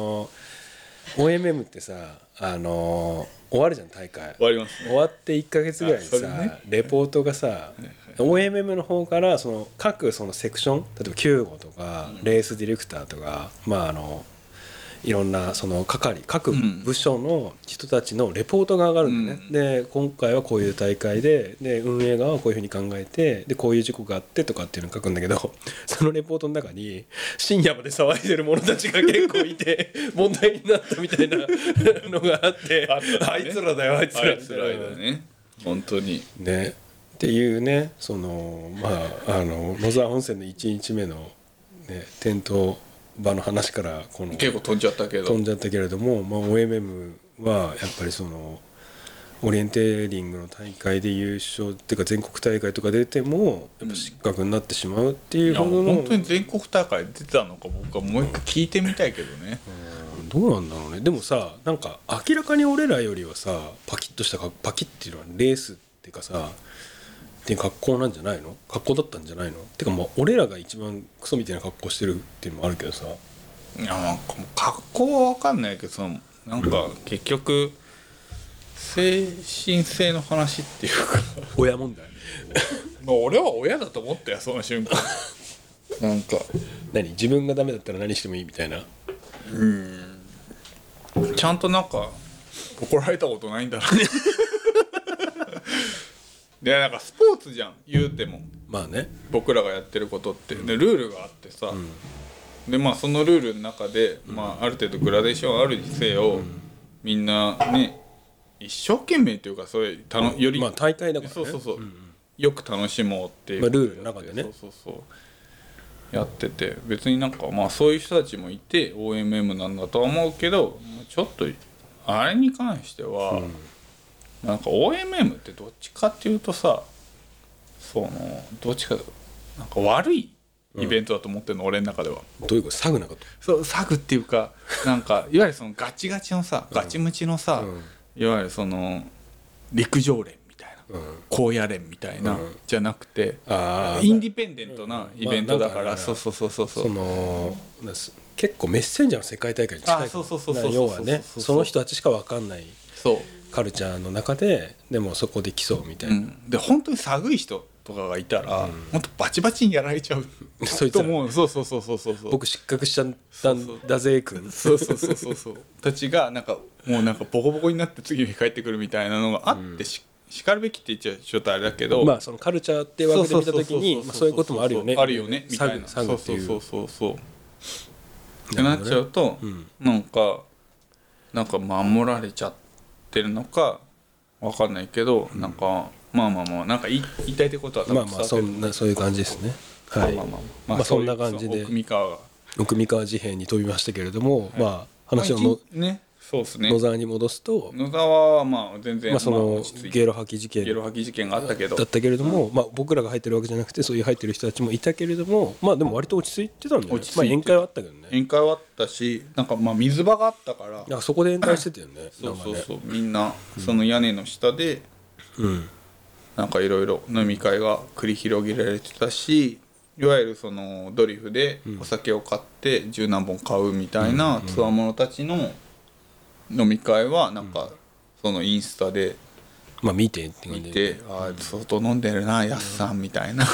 OMM ってさ終わるじゃん大会終わります、ね、 終わって1ヶ月ぐらいにさ、レポートがさ、OMM の方からその各そのセクション例えば救護とか、レースディレクターとかまあいろんなその各部署の人たちのレポートが上がるんだよね、で今回はこういう大会で運営側はこういうふうに考えてでこういう事故があってとかっていうのを書くんだけどそのレポートの中に深夜まで騒いでる者たちが結構いて問題になったみたいなのがあってあいつらだよあいつらだね本当にねっていうねそのまあ野沢温泉の1日目のね転倒場の話からこの結構飛んじゃったけれども、まあ、OMM はやっぱりそのオリエンテーリングの大会で優勝っていうか全国大会とか出てもやっぱ失格になってしまうっていうほどの、 本当に全国大会出てたのか僕はもう一回聞いてみたいけどね、 どうなんだろうね。でもさなんか明らかに俺らよりはさパキッっていうのはレースっていうかさっていう格好なんじゃないの格好だったんじゃないのてかまあ俺らが一番クソみたいな格好してるっていうのもあるけどさいやなんか格好は分かんないけどなんか結局精神性の話っていうか親問題。 まあ俺は親だと思ったよその瞬間なんか何、自分がダメだったら何してもいいみたいな。 ちゃんとなんか怒られたことないんだなでなんかスポーツじゃん言うてもまあね。 僕らがやってることってでルールがあってさ、でまあそのルールの中で、まあ、ある程度グラデーションあるにせよ、みんなね一生懸命っていうかそれより、 まあ大会だからね。 そうそうそう、よく楽しもうっていう、 まあルールの中でね。 そうそうそうやってて、別になんかまあそういう人たちもいて OMM なんだとは思うけど、ちょっとあれに関しては、なんか OMM ってどっちかっていうとさ、どっちかなんか悪いイベントだと思ってるの、俺の中では。 どういうこと、サグなこと。 そうサグっていうかなんかいわゆるそのガチガチのさ、ガチムチのさ、いわゆるその陸上連みたいな、荒野連みたいな、じゃなくてインディペンデントなイベントだから、そうその結構メッセンジャーの世界大会に近い。要はね、その人たちしか分かんないカルチャーの中で、でもそこで競うみたいな。 で本当に寒い人とかがいたら、ほんとバチバチにやられちゃうそいつら、 そう僕失格しちゃったんだぜ君、 そうたちがなんかもうなんかボコボコになって次の日帰ってくるみたいなのがあって、しかるべきって言っちゃちょっとあれだけど、 まあそのカルチャーって枠で見た時にそういうこともあるよねみたいな、 サグっていう、 そうってなっちゃうと、なんか守られちゃってるのかわかんないけど、なんかまあなんか言いたいってことは多分まあそういう感じですね。はい。まあそんな感じで奥川事変に飛びましたけれども、まあ話をそうですね、 野沢に戻すと、 野沢はまあ全然、 そのゲロ吐き事件があったけどだったけれども、まあ僕らが入ってるわけじゃなくてそういう入ってる人たちもいたけれども、まあでも割と落ち着いてたんだよね。まあ宴会はあったけどね。 宴会はあったし、なんかまあ水場があったから、 そこで宴会してたよね。 そうみんなその屋根の下でなんかいろいろ飲み会が繰り広げられてたし、いわゆるそのドリフでお酒を買って十何本買うみたいなつわものたちの飲み会はなんかそのインスタで見てって感じで、 相当飲んでるなやすさんみたいな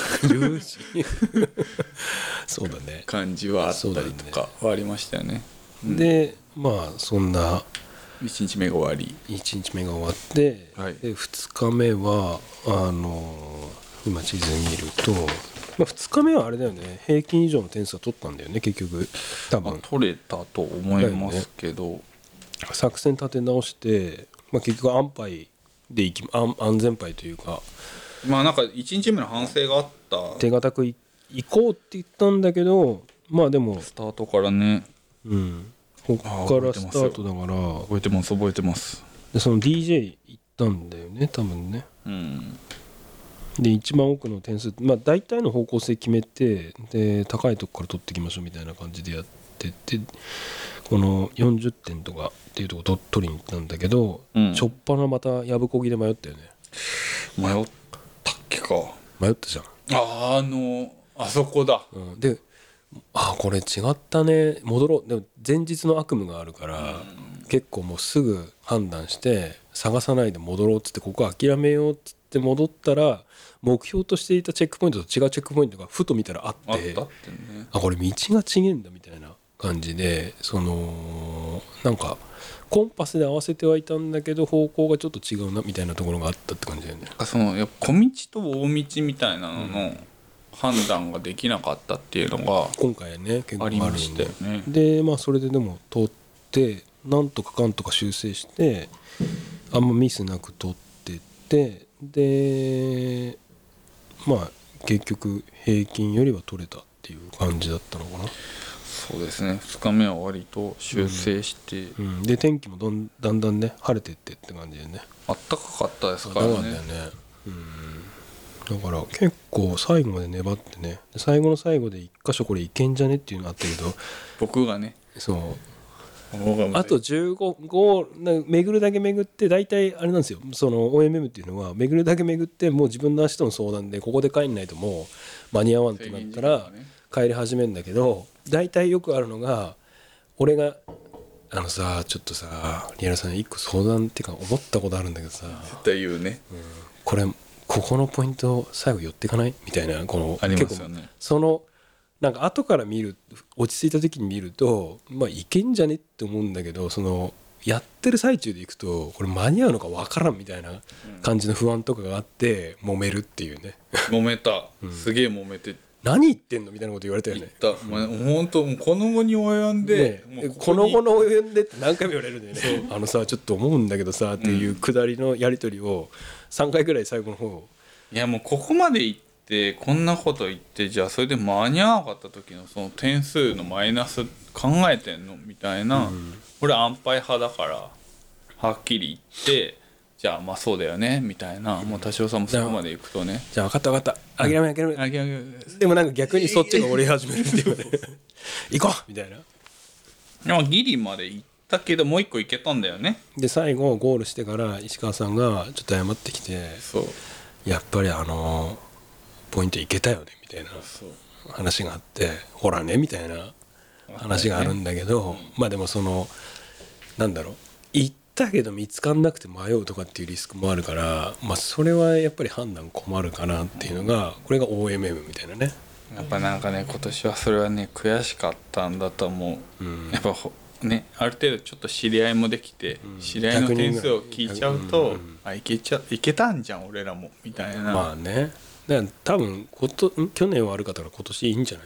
そうだね、 感じはあったりとかはありましたよね。 でまあそんな 1日目が終わり、 1日目が終わって、で2日目は今地図見ると、2日目はあれだよね、平均以上の点数は取ったんだよね結局。多分取れたと思いますけど、 作戦立て直して、結局安牌で安全牌というか、 なんか1日目の反省があった、 手堅く行こうって言ったんだけど、でもスタートからね、 ここからスタートだから覚えてます。 でその DJ 行ったんだよね多分ね。で一番多くの点数、大体の方向性決めて、で高いとこから取ってきましょうみたいな感じでやってて、この40点とかっていうとこ取りに行ったんだけど、ちょっぱなまたやぶこぎで迷ったよね。 迷ったっけか。 迷ったじゃん。 あそこだ。 でこれ違ったね、戻ろう。でも前日の悪夢があるから、結構もうすぐ判断して探さないで戻ろうっつって、ここ諦めようっつって戻ったら、目標としていたチェックポイントと違うチェックポイントがふと見たらあって、これ道が違えんだみたいな感じで、なんかコンパスで合わせてはいたんだけど方向がちょっと違うなみたいなところがあったって感じだよね。 やっぱ小道と大道みたいなのの判断ができなかったっていうのが今回ね結構ありましたよね。 でそれででも通って、なんとかかんとか修正してあんまミスなく通ってって、で結局平均よりは取れたっていう感じだったのかな。 そうですね、2日目は割と修正して、 で天気もだんだんね晴れてってって感じでね、 あったかかったですからね。 だから結構最後まで粘ってね、最後の最後で一箇所これいけんじゃねっていうのあったけど、 僕がね、 あと15巡るだけ巡って、大体あれなんですよ、その OMM っていうのは巡るだけ巡って、もう自分の足との相談でここで帰んないともう間に合わんってなったら帰り始めるんだけど、大体よくあるのが、俺がさちょっとさリアルさん一個相談っていうか思ったことあるんだけどさ、 絶対言うね。 これここのポイント最後寄ってかないみたいな、このありますよね。 結構そのなんか後から見る落ち着いた時に見るとまあいけんじゃねって思うんだけど、そのやってる最中でいくとこれ間に合うのかわからんみたいな感じの不安とかがあって揉めるっていうね揉めた、すげえ揉めて何言ってんのみたいなこと言われたよ言っね。 た、本当もうこの後に及んで、 ねもうこの後の及んでって何回も言われるんだよねさちょっと思うんだけどさっていうくだりのやり取りを3回ぐらい最後の方、 いやもうここまで行ってこんなこと言って、じゃあそれで間に合わなかった時のその点数のマイナス考えてんのみたいな、俺安牌派だからはっきり言って、じゃあまあそうだよねみたいな、もう田代さんもそこまで行くとね、 じゃあ分かった分かった諦めあげあげでもなんか逆にそっちが折れ始めるっていうかね行こうみたいな。 でもギリまで行ったけどもう一個行けたんだよね。 で最後ゴールしてから石川さんがちょっと謝ってきて、 そうやっぱりポイントいけたよねみたいなそう話があって、ほらねみたいな話があるんだけど、まあでもそのなんだろう、行ったけど見つかんなくて迷うとかっていうリスクもあるから、まあそれはやっぱり判断困るかなっていうのが、これが OMM みたいなね。 やっぱなんかね今年はそれはね悔しかったんだと思う、やっぱねある程度ちょっと知り合いもできて、知り合いの点数を聞いちゃうと、あいけたんじゃん俺らもみたいな。 まあね、だから多分去年悪かったから今年いいんじゃない。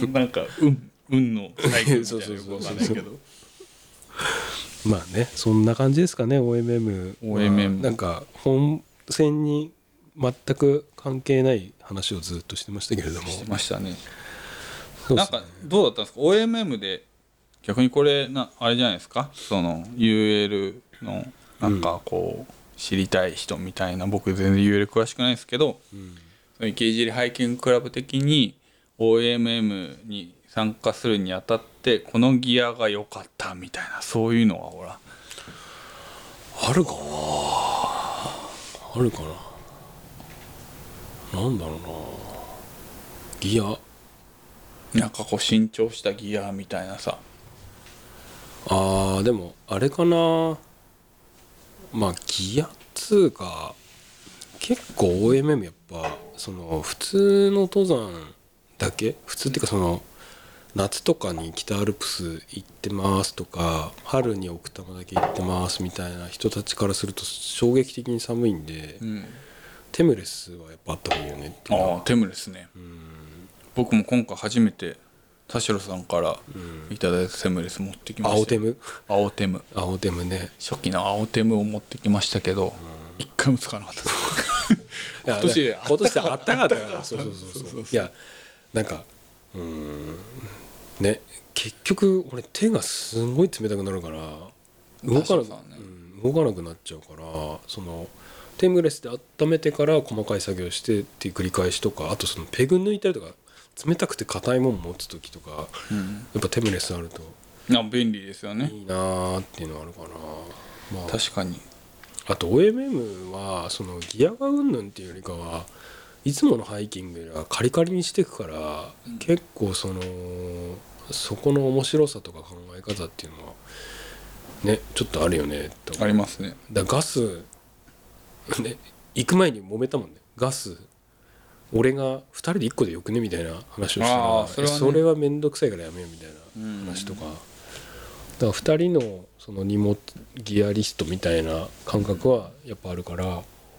なんか運のサイクルみたいなよくわかんないけどまあねそんな感じですかね OMM。 なんか本戦に全く関係ない話をずっとしてましたけれども。 してましたね。 そうっすね。 なんかどうだったんですか OMM で。逆にこれあれじゃないですか、その UL のなんかこう知りたい人みたいな、僕全然 UL 詳しくないですけど、その池尻ハイキングクラブ的に OMM に参加するにあたってこのギアが良かったみたいな、そういうのはほらあるかななんだろうな、ギアなんかこう新調したギアみたいなさ。 でもあれかな、まあギアっつうか結構 OMM やっぱその普通の登山だけ、普通っていうかその夏とかに北アルプス行ってますとか春に奥多摩だけ行ってますみたいな人たちからすると衝撃的に寒いんで、テムレスはやっぱあった方がいいよねっていうのは。 テムレスね、僕も今回初めて田代さんからいただいたテムレス持ってきました。青テムね、 初期の青テムを持ってきましたけど、一回も使わなかったです今年あったかったからそういやなんかね、結局俺手がすごい冷たくなるから動かなくなっちゃうから、そのテムレスで温めてから細かい作業してっていう繰り返しとか、あとそのペグ抜いたりとか冷たくて硬いもん持つ時とか、やっぱテムレスあると便利ですよね。 いいなーっていうのはあるかな。まあ、 確かに。 あと OMM はそのギアがうんぬんっていうよりかはいつものハイキングよりはカリカリにしていくから、結構そこの面白さとか考え方っていうのはねちょっとあるよねと。 ありますね。 だガスね、行く前に揉めたもんね。ガス俺が2人で1個でよくねみたいな話をしたら、それは面倒くさいからやめようみたいな話とか、だから2人のその荷物ギアリストみたいな感覚はやっぱあるから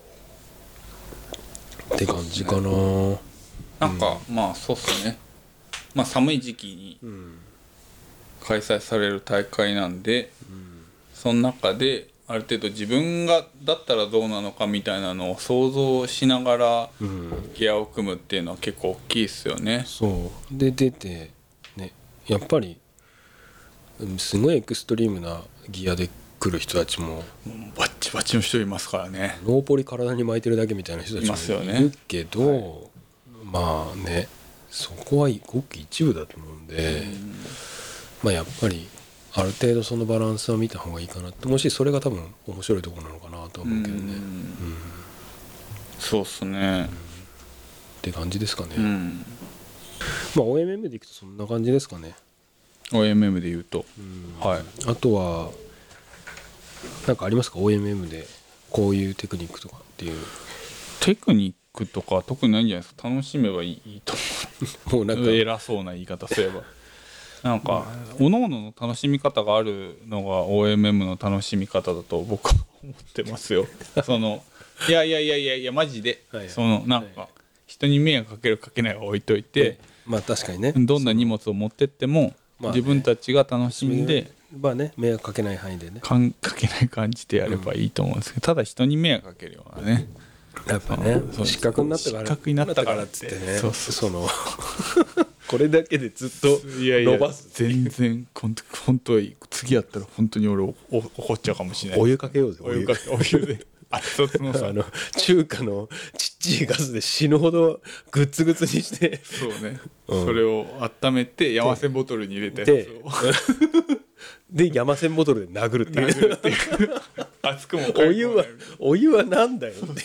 って感じかな。 なんかまあそうっすね。まあ寒い時期に開催される大会なんで、その中である程度自分がだったらどうなのかみたいなのを想像しながらギアを組むっていうのは結構大きいですよね。 そうで出てね、やっぱりすごいエクストリームなギアで来る人たちもバッチバチの人いますからね。 ノーポリ体に巻いてるだけみたいな人たちもいるけど、まあねそこはごく一部だと思うんで、まあやっぱりある程度そのバランスは見た方がいいかなって、もしそれが多分面白いところなのかなと思うけどね。 そうっすね、 って感じですかね。まあ OMM でいくとそんな感じですかね。 OMM で言うと、はい。 あとはなんかありますか OMM でこういうテクニックとかっていう。 テクニックとか特にないんじゃないですか。楽しめばいいともうなんか偉そうな言い方すればなんか各々の楽しみ方があるのが OMM の楽しみ方だと僕は思ってますよそのいやマジで、 はいそのなんか人に迷惑かけるかけないは置いといて、 まあ確かにねどんな荷物を持ってっても、 まあね自分たちが楽しんでまあね迷惑かけない範囲でねかけない感じでやればいいと思うんですけど、ただ人に迷惑かけるようなねやっぱねそう失格になったから失格になったからっつってねそうそうそのこれだけでずっと伸ばす全然本当に次やったら本当に俺怒っちゃうかもしれない。 お湯かけようぜお湯で熱々のさ中華のちっちゃいガスで死ぬほどグッツグツにしてそうね、 うんそれを温めてヤマセンボトルに入れたやでつをで山線ボトルで殴るっていう熱くもお湯はなんだよっていう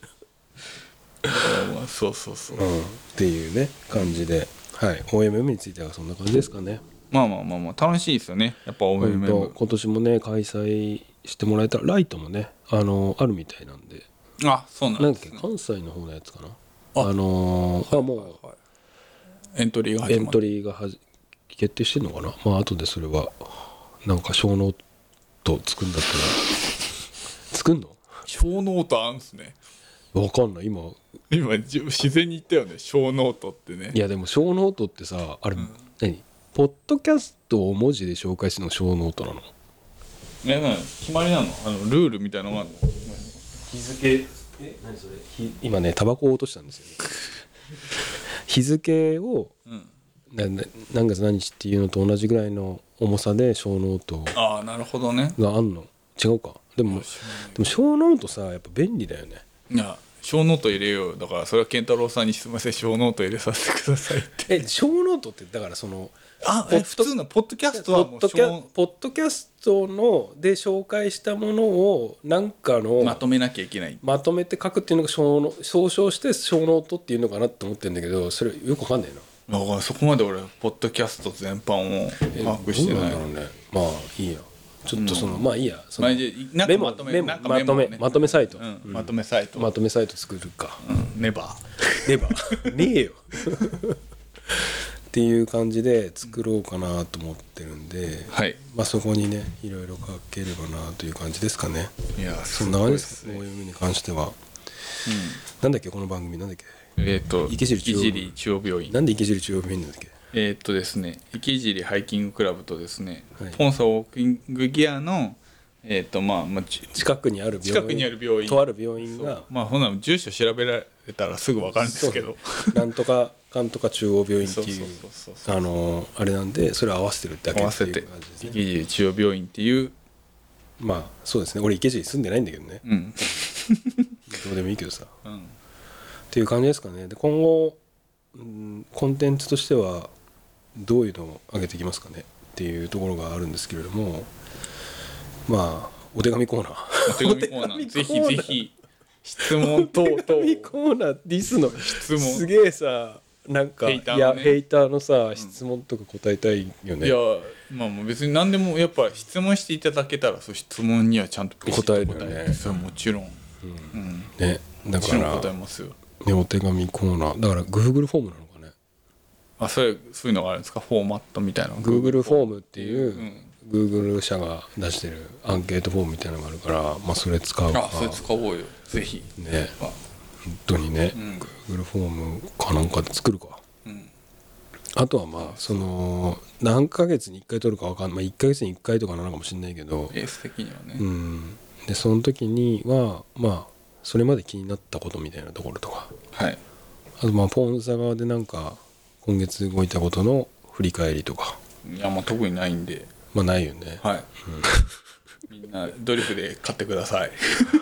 そうそうそう、 っていうね感じで、はい、OMM についてはそんな感じですかね。 まあ楽しいですよねやっぱ OMM。 今年もね開催してもらえたらライトもねあるみたいなんで、 あそうなんなんだっけですね。 関西の方のやつかなもうエントリーが始まる。 エントリーが決定してんのかな。まあ後でそれはなんか小ノート作んだったら作んの小ノートあんすね。 わかんない今自然に言ったよね小ノートってね。 いやでも小ノートってさあれ、何ポッドキャストを文字で紹介するのが小ノートなの。 決まりなのルールみたいなのがあるの。 日付何それ今ねタバコを落としたんですよね日付を、何月何日っていうのと同じぐらいの重さで小ノートああなるほどね。 があんの。違うか。でも小ノートさやっぱ便利だよね。 いや小ノート入れよう。だからそれは健太郎さんにすみません小ノート入れさせてくださいって小ノートってだからその普通のポッドキャストはもうポッドキャストので紹介したものをなんかのまとめなきゃいけない。 まとめて書くっていうのが総称して小ノートっていうのかなって思ってるんだけどそれよくわかんないな。 だからそこまで俺ポッドキャスト全般を把握してない。 どうなんだろうね。まあいいやちょっとまあいいやそのなんかまとめなんかメモをねまとめサイト、 まとめサイトまとめサイト作るか、 ネバーねえよっていう感じで作ろうかなと思ってるんで、 はいまあそこにねいろいろ書ければなという感じですかね。 いやそんな感じですね。OM に関しては、なんだっけこの番組なんだっけ池尻中央病院なんで池尻中央病院なんだっけ。 ですね池尻ハイキングクラブとですね、 はいポンサーウォーキングギアの近くにある病院とある病院がほんなら住所調べられたらすぐ分かるんですけどなんとか中央病院っていうあれなんでそれを合わせてるだけっていう感じですね。 池尻中央病院っていうまあそうですね。俺池尻住んでないんだけどね、どうでもいいけどさ、っていう感じですかね。で今後、コンテンツとしてはどういうのを上げていきますかねっていうところがあるんですけれども、まあお手紙コーナーお手紙コーナーぜひぜひ質問等々 お手紙コーナーディスの質問すげえさなんかヘイターのねヘイターのさ質問とか答えたいよね。 いやもう別に何でもやっぱ質問していただけたらそう質問にはちゃんと答えるよね。 それはもちろん、 ねだもちろんから答えますよ。 ねお手紙コーナーだから Google フォームなのかね。 そういうのがあるんですかフォーマットみたいな。 Google フォームっていう、Google 社が出してるアンケートフォームみたいなのがあるから、まあ、それ使うかそれ使おうよぜひね本当にね、Google フォームかなんかで作るか、あとはまあその何ヶ月に1回取るか分かんない、まあ、1ヶ月に1回とかなのかもしれないけどベース的にはね、 でその時にはまあそれまで気になったことみたいなところとか、 はいあとまあポンサ側でなんか今月動いたことの振り返りとか。 いや特にないんでまあないよね。 はい、みんなドリフで買ってください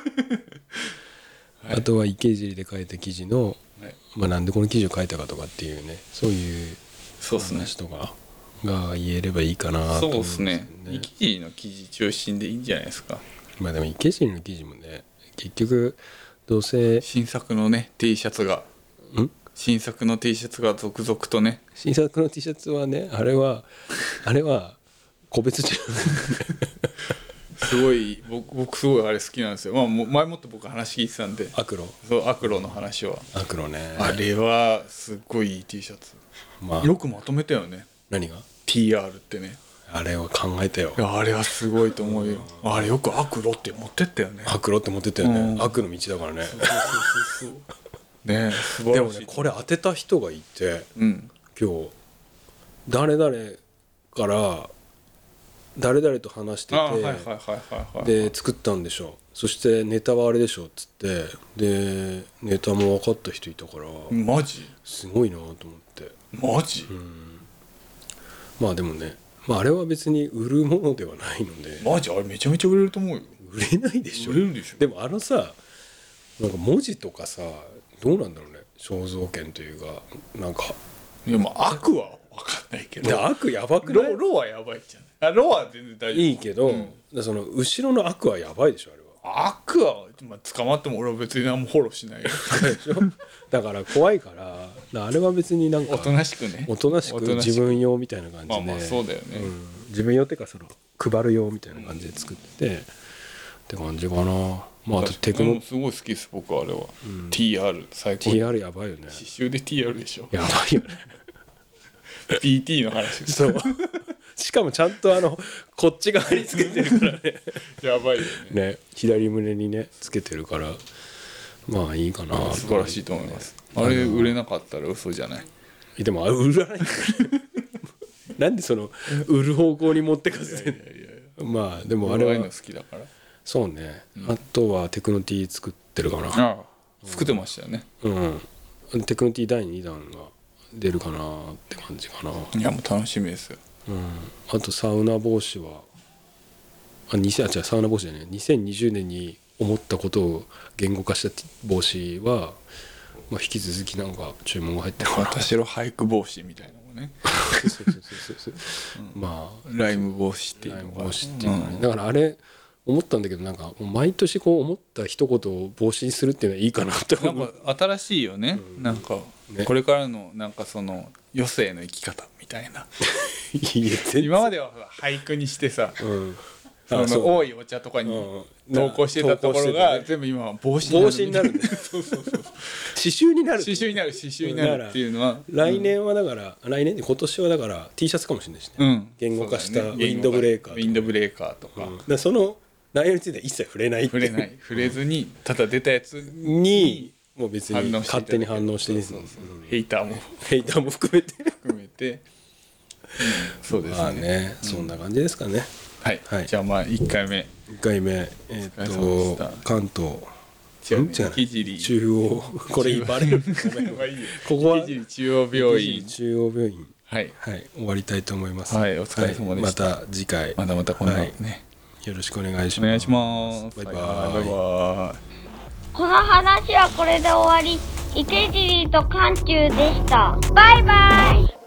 あとは池尻で書いた記事の、まあ、なんでこの記事を書いたかとかっていうねそういう話とかが言えればいいかなと思うんですよね。 池尻の記事中心でいいんじゃないですか。 まあでも池尻の記事もね結局どうせ新作のね T シャツが新作の T シャツが続々とね新作の T シャツはねあれはあれは個別中すごい僕すごいあれ好きなんですよ。まあ前もって僕話聞いてたんで。 アクロそうアクロの話は。 アクロね。 あれはすっごいいい T シャツ。 まあよくまとめたよね。 何が TR ってね。 あれは考えたよ。 いやあれはすごいと思うよ。あれよくアクロって持ってったよね。 アクロって持ってったよね、 うん悪の道だからね。 そうね素晴でもらしい。 ねこれ当てた人がいて、 うん今日誰々から誰々と話してて、 あはいはいはいはいはい。 で作ったんでしょ、そしてネタはあれでしょっつって、でネタも分かった人いたからマジすごいなと思って。 マジ、 まあでもね、まあ、あれは別に売るものではないのでマジあれめちゃめちゃ売れると思うよ。 売れないでしょ。 売れるでしょ。 でもあのさなんか文字とかさどうなんだろうね、肖像権というかなんかいやまあ悪は分かんないけど。 で悪やばくない？ ロはやばいじゃん。あロは全然大丈夫。 いいけど、でその後ろの悪はやばいでしょあれは。 悪は、まあ、捕まっても俺は別に何もフォローしないよ。 でしょだから怖いからあれは別になんかおとなしくね。 おとなしく自分用みたいな感じで、 まあまあそうだよね。 自分用っていうかその配る用みたいな感じで作ってて、って感じかな。まああとテクノすごい好きです僕はあれは、TR 最高。 TR やばいよね。 刺繍で TR でしょ。 やばいよね PT の話です。 そうしかもちゃんとこっち側につけてるからねやばいよね。 ね左胸にねつけてるからまあいいかな。 素晴らしいと思います。あれ売れなかったら嘘じゃない。 でも売らないんだよなんでその売る方向に持ってかせてんの。まあでもあれは俺は好きだから。 そうね、あとはテクノ T 作ってるかな。 ああ作ってましたよね。 テクノ T 第2弾が出るかなって感じかな。 いやもう楽しみですよ。 あとサウナ帽子はサウナ帽子じゃね2020年に思ったことを言語化した帽子は、まあ、引き続きなんか注文が入ってるかな。 私の俳句帽子みたいなのもね。 そうまあライム帽子っていうのが帽子っていうのはね、だからあれ思ったんだけどなんか毎年こう思った一言を帽子にするっていうのはいいかなって思う。 なんか新しいよね、なんかねこれからのなんかその余生の生き方みたいな。 いや全然今までは俳句にしてさ、そそうの多いお茶とかに投稿してたところが全部今は帽子になるんだよそうそうそう。 刺繍になる刺繍になるっていうのは来年はだから今年はだから T シャツかもしれないしね、言語化したウィンドブレーカーとか、 ウィンドブレーカーとか、 だからその内容については一切触れないっていう触れずにただ出たやつにもう別に勝手に反応してですね、 ヘイターも含めてそうですね。 まあね、そんな感じですかね。 はい、じゃあまあ1回目 1回目関東違う木尻中央これバレるここは木尻中央病院はい終わりたいと思います。 はいお疲れ様でした。 また次回またこんなねよろしくお願いします。 お願いします。 バイバイ。 この話はこれで終わり。池尻と寒中でした。バイバイ。